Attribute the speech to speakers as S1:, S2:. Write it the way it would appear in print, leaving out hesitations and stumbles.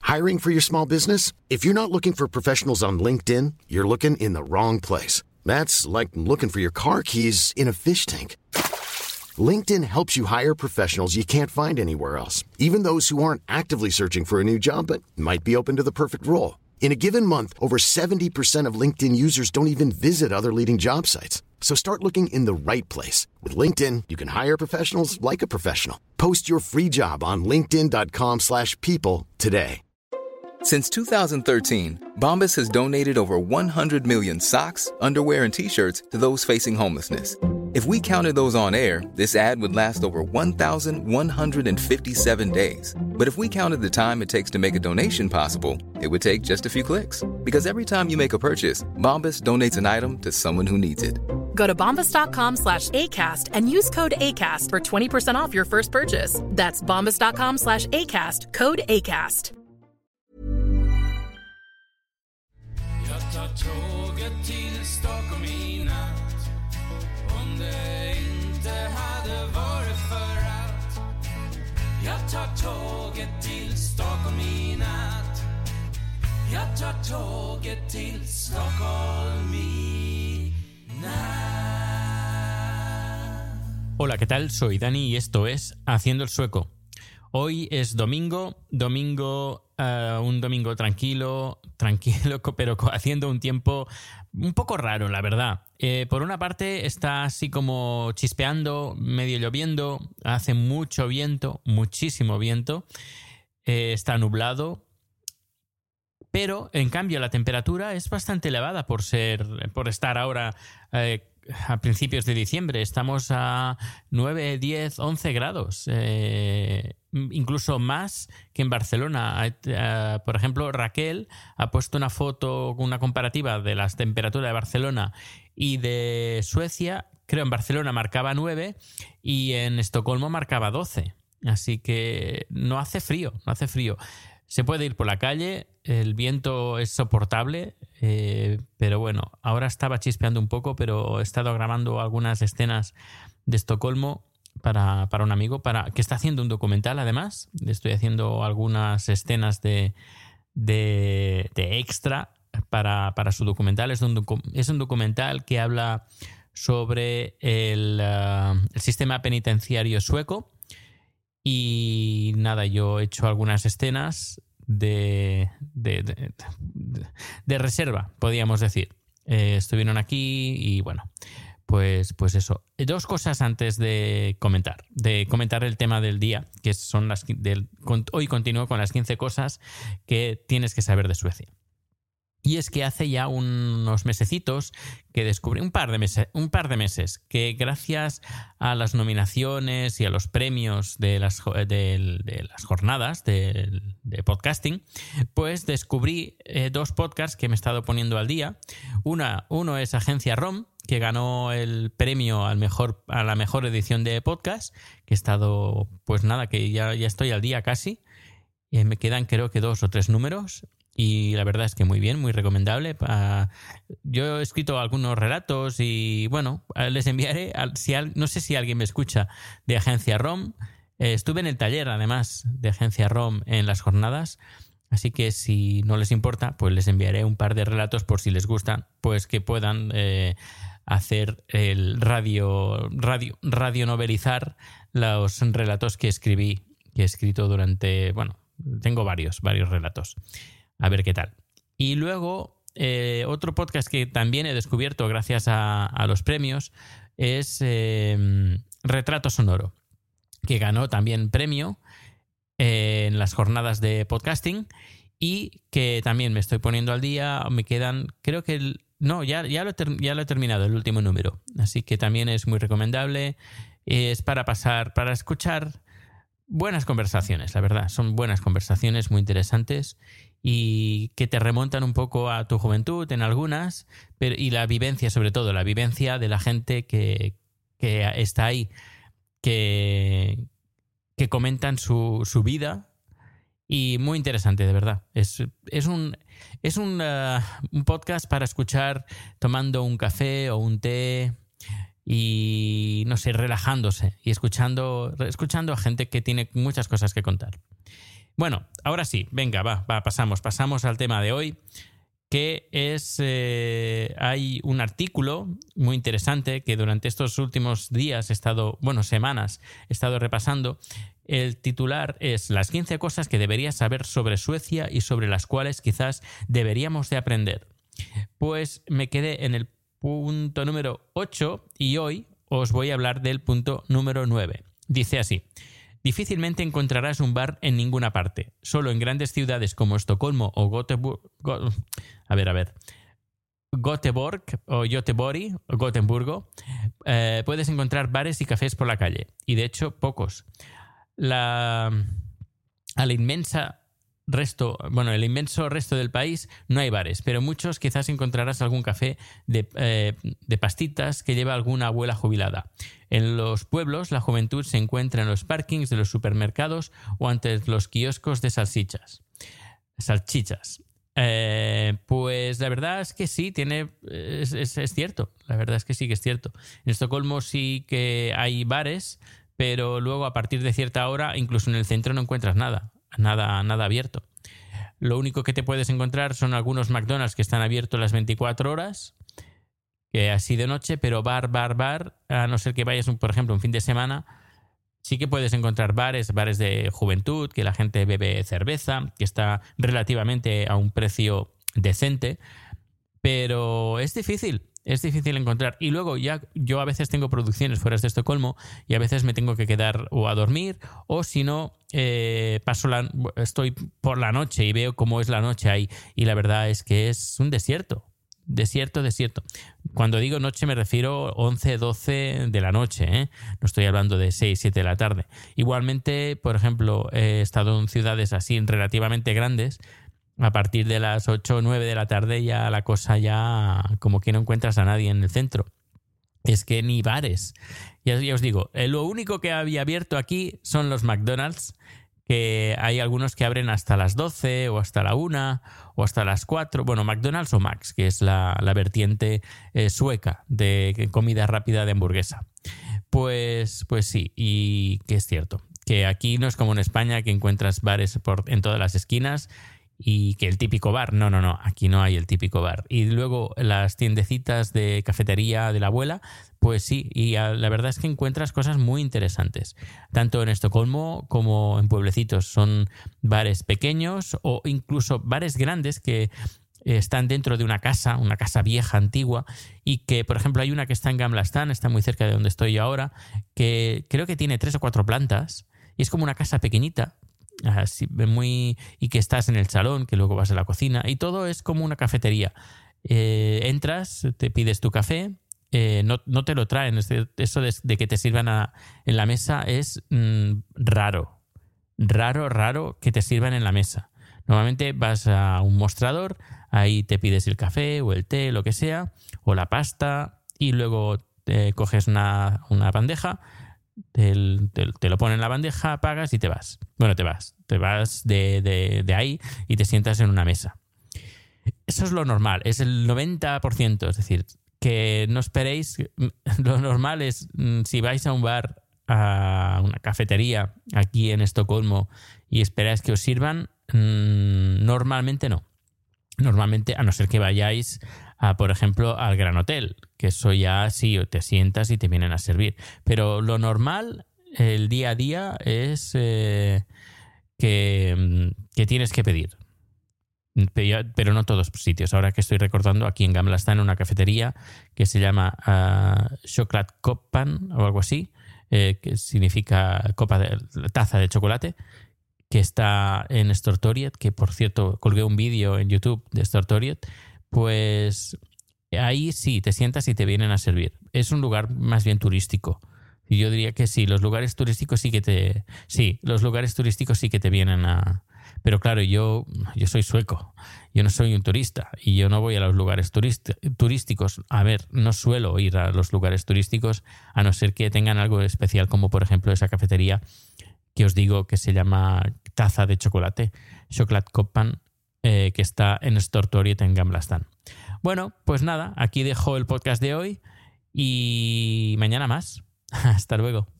S1: Hiring for your small business? If you're not looking for professionals on LinkedIn, you're looking in the wrong place. That's like looking for your car keys in a fish tank. LinkedIn helps you hire professionals you can't find anywhere else, even those who aren't actively searching for a new job but might be open to the perfect role. In a given month, over 70% of LinkedIn users don't even visit other leading job sites. So start looking in the right place. With LinkedIn, you can hire professionals like a professional. Post your free job on linkedin.com/people today.
S2: Since 2013, Bombas has donated over 100 million socks, underwear, and T-shirts to those facing homelessness. If we counted those on air, this ad would last over 1,157 days. But if we counted the time it takes to make a donation possible, it would take just a few clicks. Because every time you make a purchase, Bombas donates an item to someone who needs it.
S3: Go to bombas.com/ACAST and use code ACAST for 20% off your first purchase. That's bombas.com/ACAST, code ACAST.
S4: Jag tar tåget till Stockholm i natt. Om det inte hade varit för att jag tar tåget till Stockholm i natt. Jag tar tåget till Stockholm i natt.
S5: Hola, ¿qué tal? Soy Dani y esto es Haciendo el Sueco. Hoy es domingo, un domingo tranquilo, pero haciendo un tiempo un poco raro, la verdad. Por una parte está así como chispeando, medio lloviendo, hace mucho viento, muchísimo viento, está nublado, pero en cambio la temperatura es bastante elevada por estar ahora a principios de diciembre. Estamos a 9, 10, 11 grados. Incluso más que en Barcelona. Por ejemplo, Raquel ha puesto una foto, una comparativa de las temperaturas de Barcelona y de Suecia. Creo en Barcelona marcaba 9 y en Estocolmo marcaba 12. Así que no hace frío. Se puede ir por la calle, el viento es soportable, pero bueno, ahora estaba chispeando un poco, pero he estado grabando algunas escenas de Estocolmo para un amigo que está haciendo un documental. Además, estoy haciendo algunas escenas de extra para su documental. Es un documental que habla sobre el sistema penitenciario sueco. Y nada, yo he hecho algunas escenas de reserva, podríamos decir. Estuvieron aquí y bueno, pues eso. Dos cosas antes de comentar el tema del día, que son hoy continúo con las 15 cosas que tienes que saber de Suecia. Y es que hace ya unos mesecitos que descubrí, un par de meses, que gracias a las nominaciones y a los premios de las jornadas de podcasting, pues descubrí dos podcasts que me he estado poniendo al día. Uno es Agencia ROM, que ganó el premio a la mejor edición de podcast, que he estado, pues nada, que ya estoy al día casi. Me quedan creo que 2 o 3 números. Y la verdad es que muy bien, muy recomendable. Yo he escrito algunos relatos y bueno, les enviaré. No sé si alguien me escucha de Agencia ROM. Estuve en el taller además de Agencia ROM en las jornadas. Así que si no les importa, pues les enviaré un par de relatos por si les gustan, pues que puedan hacer el radionovelizar los relatos que he escrito durante... Bueno, tengo varios relatos. A ver qué tal. Y luego, otro podcast que también he descubierto gracias a los premios es Retrato Sonoro, que ganó también premio en las jornadas de podcasting y que también me estoy poniendo al día. Me quedan, creo que... ya lo he terminado, el último número. Así que también es muy recomendable. Es para escuchar buenas conversaciones, la verdad. Son buenas conversaciones muy interesantes y que te remontan un poco a tu juventud en algunas, y la vivencia, sobre todo, la vivencia de la gente que está ahí, que comentan su vida, y muy interesante, de verdad. Es un podcast para escuchar tomando un café o un té y, no sé, relajándose y escuchando a gente que tiene muchas cosas que contar. Bueno, ahora sí, venga, pasamos al tema de hoy, que es, hay un artículo muy interesante que durante estos últimos semanas, he estado repasando. El titular es Las 15 cosas que deberías saber sobre Suecia y sobre las cuales quizás deberíamos de aprender. Pues me quedé en el punto número 8 y hoy os voy a hablar del punto número 9. Dice así: difícilmente encontrarás un bar en ninguna parte. Solo en grandes ciudades como Estocolmo o Gotemburgo puedes encontrar bares y cafés por la calle. Y de hecho, pocos. El inmenso resto del país no hay bares, pero muchos quizás encontrarás algún café de pastitas que lleva alguna abuela jubilada. En los pueblos, la juventud se encuentra en los parkings de los supermercados o ante los kioscos de salchichas. Pues la verdad es que sí, es cierto. La verdad es que sí que es cierto. En Estocolmo sí que hay bares, pero luego a partir de cierta hora, incluso en el centro no encuentras nada abierto. Lo único que te puedes encontrar son algunos McDonald's que están abiertos las 24 horas, que así de noche, pero bar, a no ser que vayas, por ejemplo, un fin de semana, sí que puedes encontrar bares de juventud, que la gente bebe cerveza, que está relativamente a un precio decente, pero es difícil encontrar. Y luego ya yo a veces tengo producciones fuera de Estocolmo y a veces me tengo que quedar o a dormir o si no, estoy por la noche y veo cómo es la noche ahí y la verdad es que es un desierto. Cuando digo noche me refiero 11, 12 de la noche, ¿eh? No estoy hablando de 6, 7 de la tarde. Igualmente, por ejemplo, he estado en ciudades así relativamente grandes. A partir de las 8 o 9 de la tarde ya la cosa ya como que no encuentras a nadie en el centro. Es que ni bares. Ya os digo, lo único que había abierto aquí son los McDonald's, que hay algunos que abren hasta las 12 o hasta la 1 o hasta las 4. Bueno, McDonald's o Max, que es la vertiente sueca de comida rápida de hamburguesa. Pues sí, y que es cierto. Que aquí no es como en España, que encuentras bares en todas las esquinas y que el típico bar. No, aquí no hay el típico bar. Y luego las tiendecitas de cafetería de la abuela, pues sí, y la verdad es que encuentras cosas muy interesantes. Tanto en Estocolmo como en pueblecitos. Son bares pequeños o incluso bares grandes que están dentro de una casa vieja, antigua, y que, por ejemplo, hay una que está en Gamla Stan, está muy cerca de donde estoy yo ahora, que creo que tiene 3 o 4 plantas y es como una casa pequeñita, así, y que estás en el salón, que luego vas a la cocina y todo es como una cafetería. Entras, te pides tu café, no te lo traen. Eso de que te sirvan en la mesa es raro que te sirvan en la mesa. Normalmente vas a un mostrador, ahí te pides el café o el té, lo que sea, o la pasta, y luego coges una bandeja, te lo ponen en la bandeja, pagas y te vas. Bueno, te vas de ahí y te sientas en una mesa. Eso es lo normal, es el 90%, es decir, que no esperéis. Lo normal es, si vais a un bar, a una cafetería aquí en Estocolmo y esperáis que os sirvan, normalmente no. Normalmente, a no ser que vayáis por ejemplo, al Gran Hotel, que eso ya sí, te sientas y te vienen a servir. Pero lo normal, el día a día, es que tienes que pedir. Pero no todos los sitios. Ahora que estoy recordando, aquí en Gamla está en una cafetería que se llama Chokladkoppen o algo así, que significa taza de chocolate, que está en Stortorget, que por cierto colgué un vídeo en YouTube de Stortorget. Pues ahí sí, te sientas y te vienen a servir. Es un lugar más bien turístico. Y yo diría que sí, los lugares turísticos sí que te vienen a... Pero claro, yo soy sueco, yo no soy un turista y yo no voy a los lugares turísticos. A ver, no suelo ir a los lugares turísticos a no ser que tengan algo especial, como por ejemplo esa cafetería que os digo que se llama Taza de Chocolate, Chokladkoppen, que está en Stortorget en Gamla Stan. Bueno, pues nada, aquí dejo el podcast de hoy y mañana más. Hasta luego.